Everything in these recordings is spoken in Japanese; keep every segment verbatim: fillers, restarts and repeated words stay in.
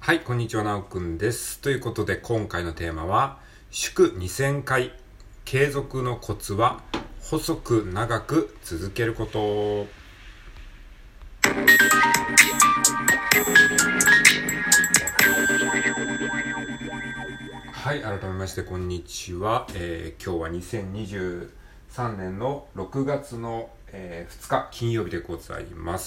はい、こんにちは、なおくんです。ということで、今回のテーマは、祝にせんかい、継続のコツは、細く長く続けること。はい、改めまして、こんにちは。えー、今日はにせんにじゅうさんねんのろくがつの、えー、ふつか金曜日でございます。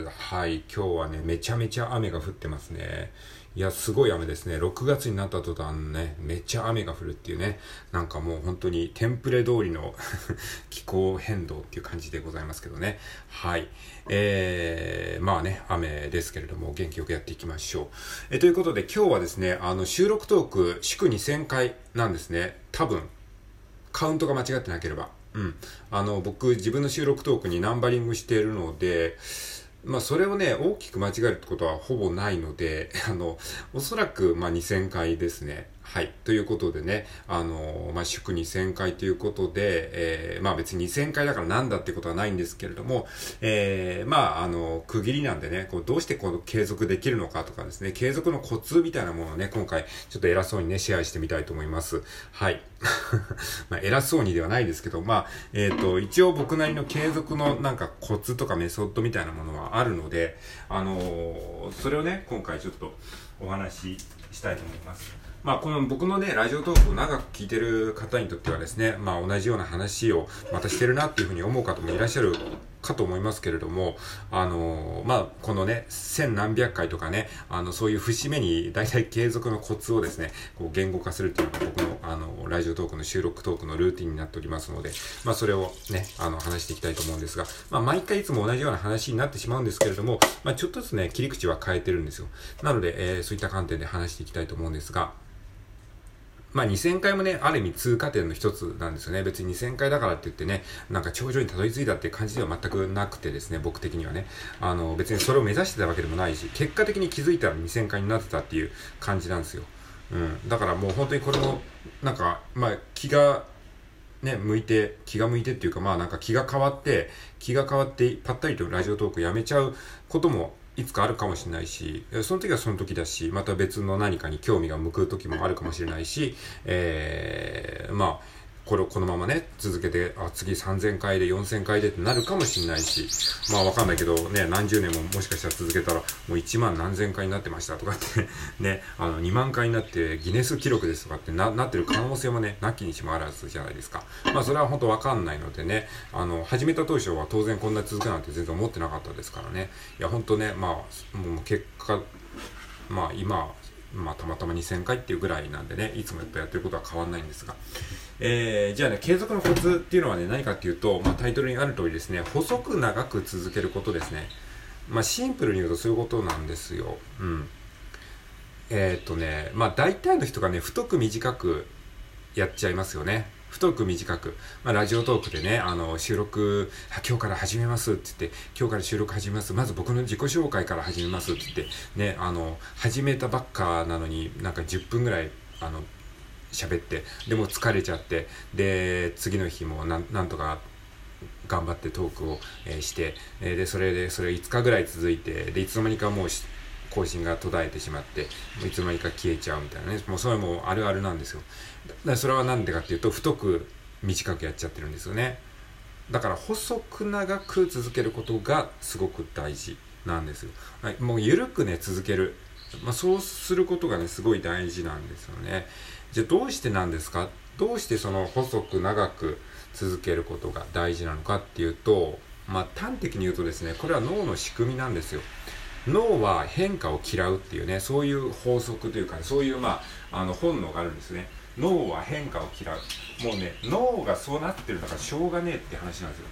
はい、今日はね、めちゃめちゃ雨が降ってますね。いや、すごい雨ですね。ろくがつになった途端ね、めっちゃ雨が降るっていうね、なんかもう本当にテンプレ通りの気候変動っていう感じでございますけどね。はい。えー、まあね、雨ですけれども、元気よくやっていきましょう。えー、ということで今日はですね、あの、収録トーク、祝にせんかいなんですね。多分、カウントが間違ってなければ。うん。あの、僕、自分の収録トークにナンバリングしているので、まあそれをね、大きく間違えるってことはほぼないので、あの、おそらくまあにせんかいですね。はい。ということでね、あの、まあ祝にせんかいということで、えー、まあ別ににせんかいだからなんだってことはないんですけれども、えー、まああの、区切りなんでね、こうどうしてこの継続できるのかとかですね、継続のコツみたいなものをね、今回ちょっと偉そうにね、シェアしてみたいと思います。はい。まあ偉そうにではないですけど、まあ、えっと、一応僕なりの継続のなんかコツとかメソッドみたいなものはあるので、あのー、それをね、今回ちょっとお話ししたいと思います。まあ、この僕のね、ラジオトークを長く聞いてる方にとってはですね、まあ同じような話をまたしてるなっていうふうに思う方もいらっしゃるかと思いますけれども、あのー、まあ、このね、千何百回とかね、あの、そういう節目に大体継続のコツをですね、こう言語化するっていうのが僕の、あの、ラジオトークの収録トークのルーティンになっておりますので、まあ、それをね、あの、話していきたいと思うんですが、まあ、毎回いつも同じような話になってしまうんですけれども、まあ、ちょっとずつね、切り口は変えてるんですよ。なので、えー、そういった観点で話していきたいと思うんですが、まあにせんかいもね、ある意味通過点の一つなんですよね。別ににせんかいだからって言ってね、なんか頂上にたどり着いたっていう感じでは全くなくてですね、僕的にはね。あの、別にそれを目指してたわけでもないし、結果的に気づいたらにせんかいになってたっていう感じなんですよ。うん。だからもう本当にこれも、なんか、まあ気が、ね、向いて、気が向いてっていうか、まあなんか気が変わって、気が変わって、ぱったりとラジオトークやめちゃうこともいつかあるかもしれないし、その時はその時だし、また別の何かに興味が向く時もあるかもしれないし、えー、まあ、これをこのままね、続けて、あ、次さんぜんかいでよんせんかいでってなるかもしれないし、まあわかんないけどね、何十年ももしかしたら続けたら、もういちまん何千回になってましたとかってね、あのにまんかいになってギネス記録ですとかってな、なってる可能性もね、なきにしもあらずじゃないですか。まあそれは本当わかんないのでね、あの、始めた当初は当然こんな続くなんて全然思ってなかったですからね。いや本当ね、まあ、もう結果、まあ今、まあたまたまにせんかいっていうぐらいなんでね、いつもやっぱやってることは変わんないんですが。えー、じゃあね、継続のコツっていうのはね、何かっていうと、まあタイトルにある通りですね、細く長く続けることですね。まあシンプルに言うとそういうことなんですよ。うん。えー、っとね、まあ大体の人がね、太く短くやっちゃいますよね。太く短く。まあ、ラジオトークでね、あの、収録、今日から始めますって言って、今日から収録始めます。まず僕の自己紹介から始めますって言って、ね、あの、始めたばっかなのになんかじゅっぷんぐらい、あの、喋って、でも疲れちゃって、で、次の日もなん、なんとか、頑張ってトークを、えー、して、えー、で、それで、それいつかぐらい続いて、で、いつの間にかもう更新が途絶えてしまって、いつの間にか消えちゃうみたいなね。もうそれもあるあるなんですよ。だからそれはなんでかっていうと、太く短くやっちゃってるんですよね。だから細く長く続けることがすごく大事なんですよ。はい、もう緩くね、続ける。まあそうすることがね、すごい大事なんですよね。じゃあどうしてなんですか？どうしてその細く長く続けることが大事なのかっていうと、まあ端的に言うとですね、これは脳の仕組みなんですよ。脳は変化を嫌うっていうね、そういう法則というか、ね、そういうまあ、あの本能があるんですね。脳は変化を嫌う。もうね、脳がそうなってるんだからしょうがねえって話なんですよ。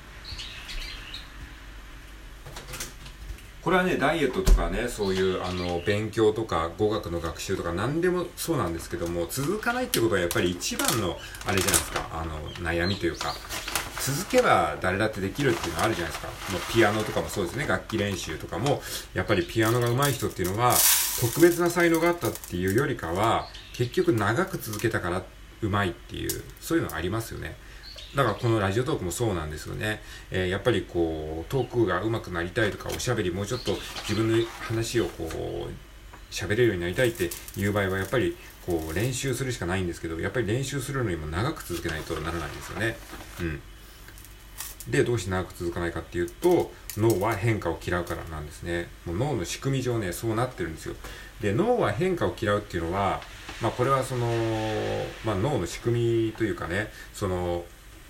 これはね、ダイエットとかね、そういうあの勉強とか語学の学習とか何でもそうなんですけども、続かないってことはやっぱり一番のあれじゃないですか、あの悩みというか、続けば誰だってできるっていうのはあるじゃないですか。もうピアノとかもそうですね、楽器練習とかも、やっぱりピアノが上手い人っていうのは、特別な才能があったっていうよりかは、結局長く続けたから上手いっていう、そういうのがありますよね。だからこのラジオトークもそうなんですよね。えー、やっぱりこう、トークが上手くなりたいとか、おしゃべりもうちょっと自分の話をこう、 喋れるようになりたいっていう場合はやっぱりこう練習するしかないんですけど、やっぱり練習するのにも長く続けないとならないんですよね。うんで、どうして長く続かないかっていうと、脳は変化を嫌うからなんですね。もう脳の仕組み上ね、そうなってるんですよ。で、脳は変化を嫌うっていうのは、まあこれはその、まあ脳の仕組みというかね、その、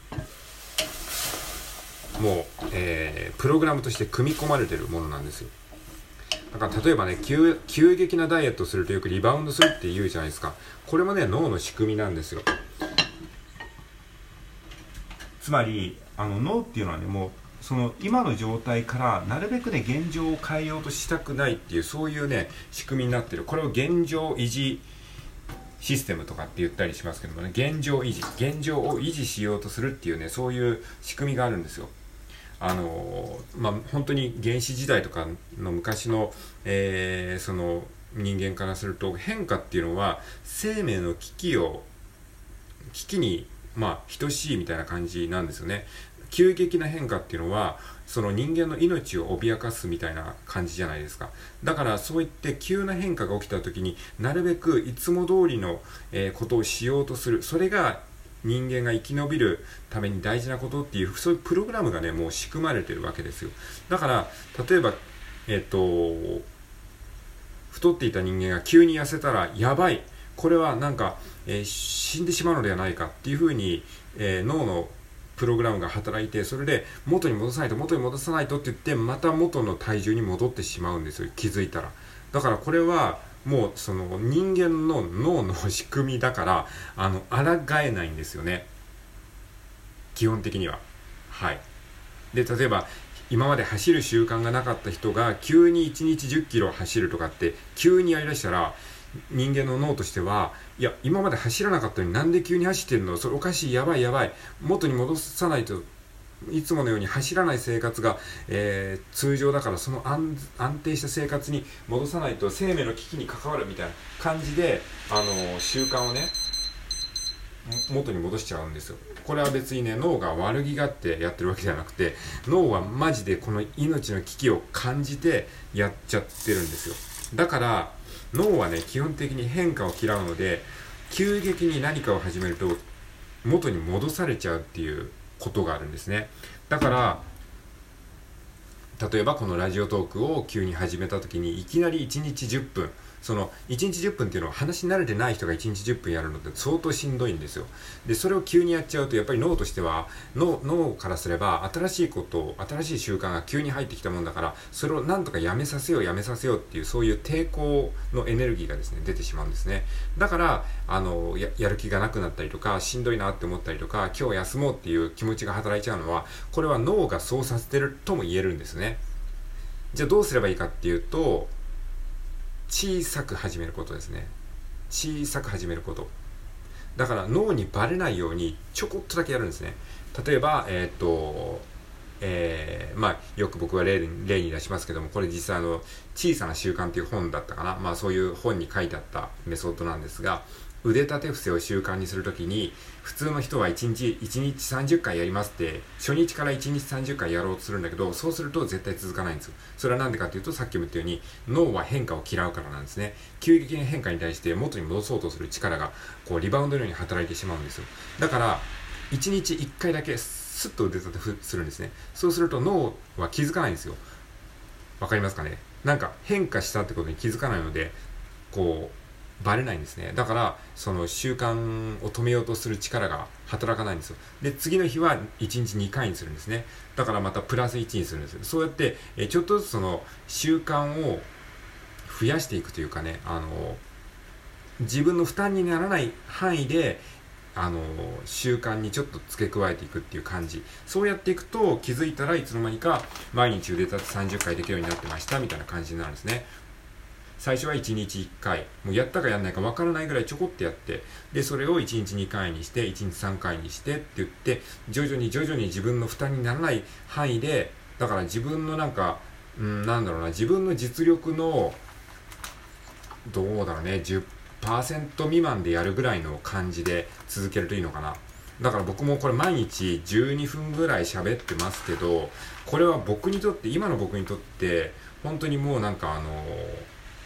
もう、えー、プログラムとして組み込まれてるものなんですよ。だから例えばね、急、急激なダイエットするとよくリバウンドするって言うじゃないですか。これもね、脳の仕組みなんですよ。つまり、あの脳っていうのはね、もうその今の状態からなるべくね現状を変えようとしたくないっていう、そういうね仕組みになってる。これを現状維持システムとかって言ったりしますけどもね、現状維持現状を維持しようとするっていうね、そういう仕組みがあるんですよ。あのまあ本当に原始時代とかの昔の、えー、その人間からすると、変化っていうのは生命の危機を危機にまあ等しいみたいな感じなんですよね。急激な変化っていうのはその人間の命を脅かすみたいな感じじゃないですか。だからそういって急な変化が起きた時になるべくいつも通りの、えー、ことをしようとする、それが人間が生き延びるために大事なことっていう、そういうプログラムがねもう仕組まれてるわけですよ。だから例えばえっと太っていた人間が急に痩せたらやばい、これはなんか、えー、死んでしまうのではないかっていうふうに、えー、脳のプログラムが働いて、それで元に戻さないと元に戻さないとって言ってまた元の体重に戻ってしまうんですよ、気づいたら。だからこれはもうその人間の脳の仕組みだから、あの抗えないんですよね、基本的には。はい。で例えば今まで走る習慣がなかった人が急にいちにちじゅっキロ走るとかって急にやりだしたら、人間の脳としては、いや今まで走らなかったのになんで急に走ってるの、それおかしい、やばいやばい、元に戻さないといつものように走らない生活が、えー、通常だから、その 安, 安定した生活に戻さないと生命の危機に関わるみたいな感じで、あのー、習慣をね元に戻しちゃうんですよ。これは別にね脳が悪気があってやってるわけじゃなくて、脳はマジでこの命の危機を感じてやっちゃってるんですよ。だから脳はね基本的に変化を嫌うので、急激に何かを始めると元に戻されちゃうっていうことがあるんですね。だから例えばこのラジオトークを急に始めた時にいきなりいちにちじゅっぷん、そのいちにちじゅっぷんっていうのは話し慣れてない人がいちにちじゅっぷんやるのって相当しんどいんですよ。でそれを急にやっちゃうと、やっぱり脳としては 脳, 脳からすれば新しいこと新しい習慣が急に入ってきたもんだから、それをなんとかやめさせようやめさせようっていう、そういう抵抗のエネルギーがですね出てしまうんですね。だからあの や, やる気がなくなったりとか、しんどいなって思ったりとか、今日休もうっていう気持ちが働いちゃうのは、これは脳がそうさせてるとも言えるんですね。じゃあどうすればいいかっていうと、小さく始めることですね。小さく始めること。だから脳にバレないようにちょこっとだけやるんですね。例えば、えっと、えー、まあよく僕は例に、例に出しますけども、これ実際あの小さな習慣っていう本だったかな。まあそういう本に書いてあったメソッドなんですが、腕立て伏せを習慣にするときに、普通の人はいちにちいちにちさんじゅっかいやりますって、初日からいちにちさんじゅっかいやろうとするんだけど、そうすると絶対続かないんですよ。それはなんでかっていうと、さっきも言ったように脳は変化を嫌うからなんですね。急激な変化に対して元に戻そうとする力がこうリバウンドのように働いてしまうんですよ。だからいちにちいっかいだけスッと腕立て伏せするんですね。そうすると脳は気づかないんですよ。わかりますかね。なんか変化したってことに気づかないので、こうバレないんですね。だからその習慣を止めようとする力が働かないんですよ。で次の日はいちにちにかいにするんですね。だからまたプラスいちにするんですよ。そうやってえちょっとずつその習慣を増やしていくというかね、あの自分の負担にならない範囲であの習慣にちょっと付け加えていくっていう感じ。そうやっていくと気づいたらいつの間にか毎日腕立てさんじゅっかいできるようになってましたみたいな感じになるんですね。最初はいちにちいっかい、もうやったかやんないか分からないぐらいちょこってやって、でそれをいちにちにかいにしていちにちさんかいにしてって言って、徐々に徐々に自分の負担にならない範囲で、だから自分のなんか、うん、なんだろうな、自分の実力のどうだろうね じゅっパーセント 未満でやるぐらいの感じで続けるといいのかな。だから僕もこれ毎日じゅうにふんぐらい喋ってますけど、これは僕にとって今の僕にとって本当にもうなんかあの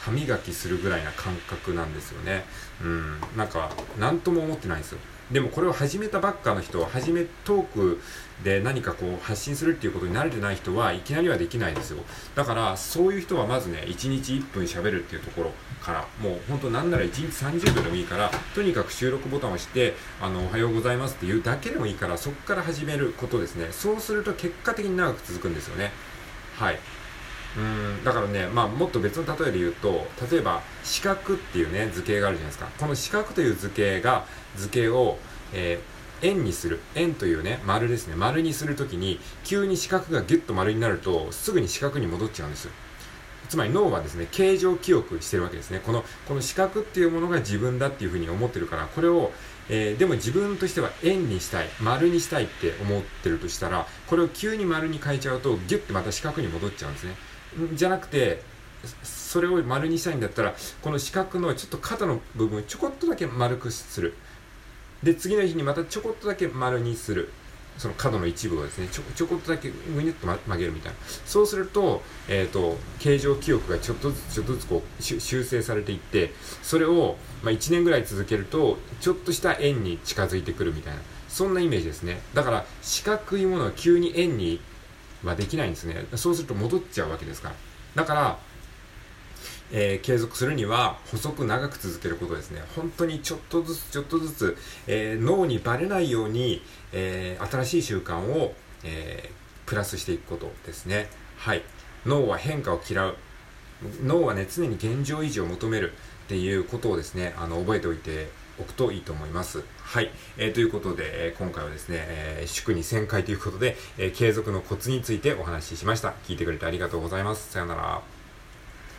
歯磨きするぐらいな感覚なんですよね。うん、なんか何とも思ってないんですよ。でもこれを始めたばっかの人は、始めトークで何かこう発信するっていうことに慣れてない人はいきなりはできないですよ。だからそういう人はまずね、いちにちいっぷん喋るっていうところから、もう本当なんならいちにちさんじゅうびょうでもいいから、とにかく収録ボタンを押して、あの、おはようございますっていうだけでもいいから、そこから始めることですね。そうすると結果的に長く続くんですよね。はい。うーん、だからね、まあもっと別の例えで言うと、例えば四角っていうね、図形があるじゃないですか。この四角という図形が、図形を、えー円にする。円というね、丸ですね。丸にするときに、急に四角がギュッと丸になると、すぐに四角に戻っちゃうんです。つまり脳はですね、形状記憶してるわけですね。この、この四角っていうものが自分だっていうふうに思ってるから、これを、えー、でも自分としては円にしたい、丸にしたいって思ってるとしたら、これを急に丸に変えちゃうと、ギュッてまた四角に戻っちゃうんですね。じゃなくて、それを丸にしたいんだったら、この四角のちょっと肩の部分をちょこっとだけ丸くする。で、次の日にまたちょこっとだけ丸にする。その角の一部をですね、ちょ、ちょこっとだけぐにゅっと曲げるみたいな。そうすると、えっと、形状記憶がちょっとずつちょっとずつこう、修正されていって、それを、まあ、いちねんぐらい続けると、ちょっとした円に近づいてくるみたいな。そんなイメージですね。だから、四角いものは急に円にはできないんですね。そうすると戻っちゃうわけですから。だから、えー、継続するには細く長く続けることですね。本当にちょっとずつちょっとずつ、えー、脳にバレないように、えー、新しい習慣を、えー、プラスしていくことですね。はい。脳は変化を嫌う。脳はね、常に現状維持を求めるっていうことをですね、あの、覚えておいておくといいと思います。はい。えー、ということで、えー、今回はですね、えー、祝にせんかいということで、えー、継続のコツについてお話ししました。聞いてくれてありがとうございます。さよなら。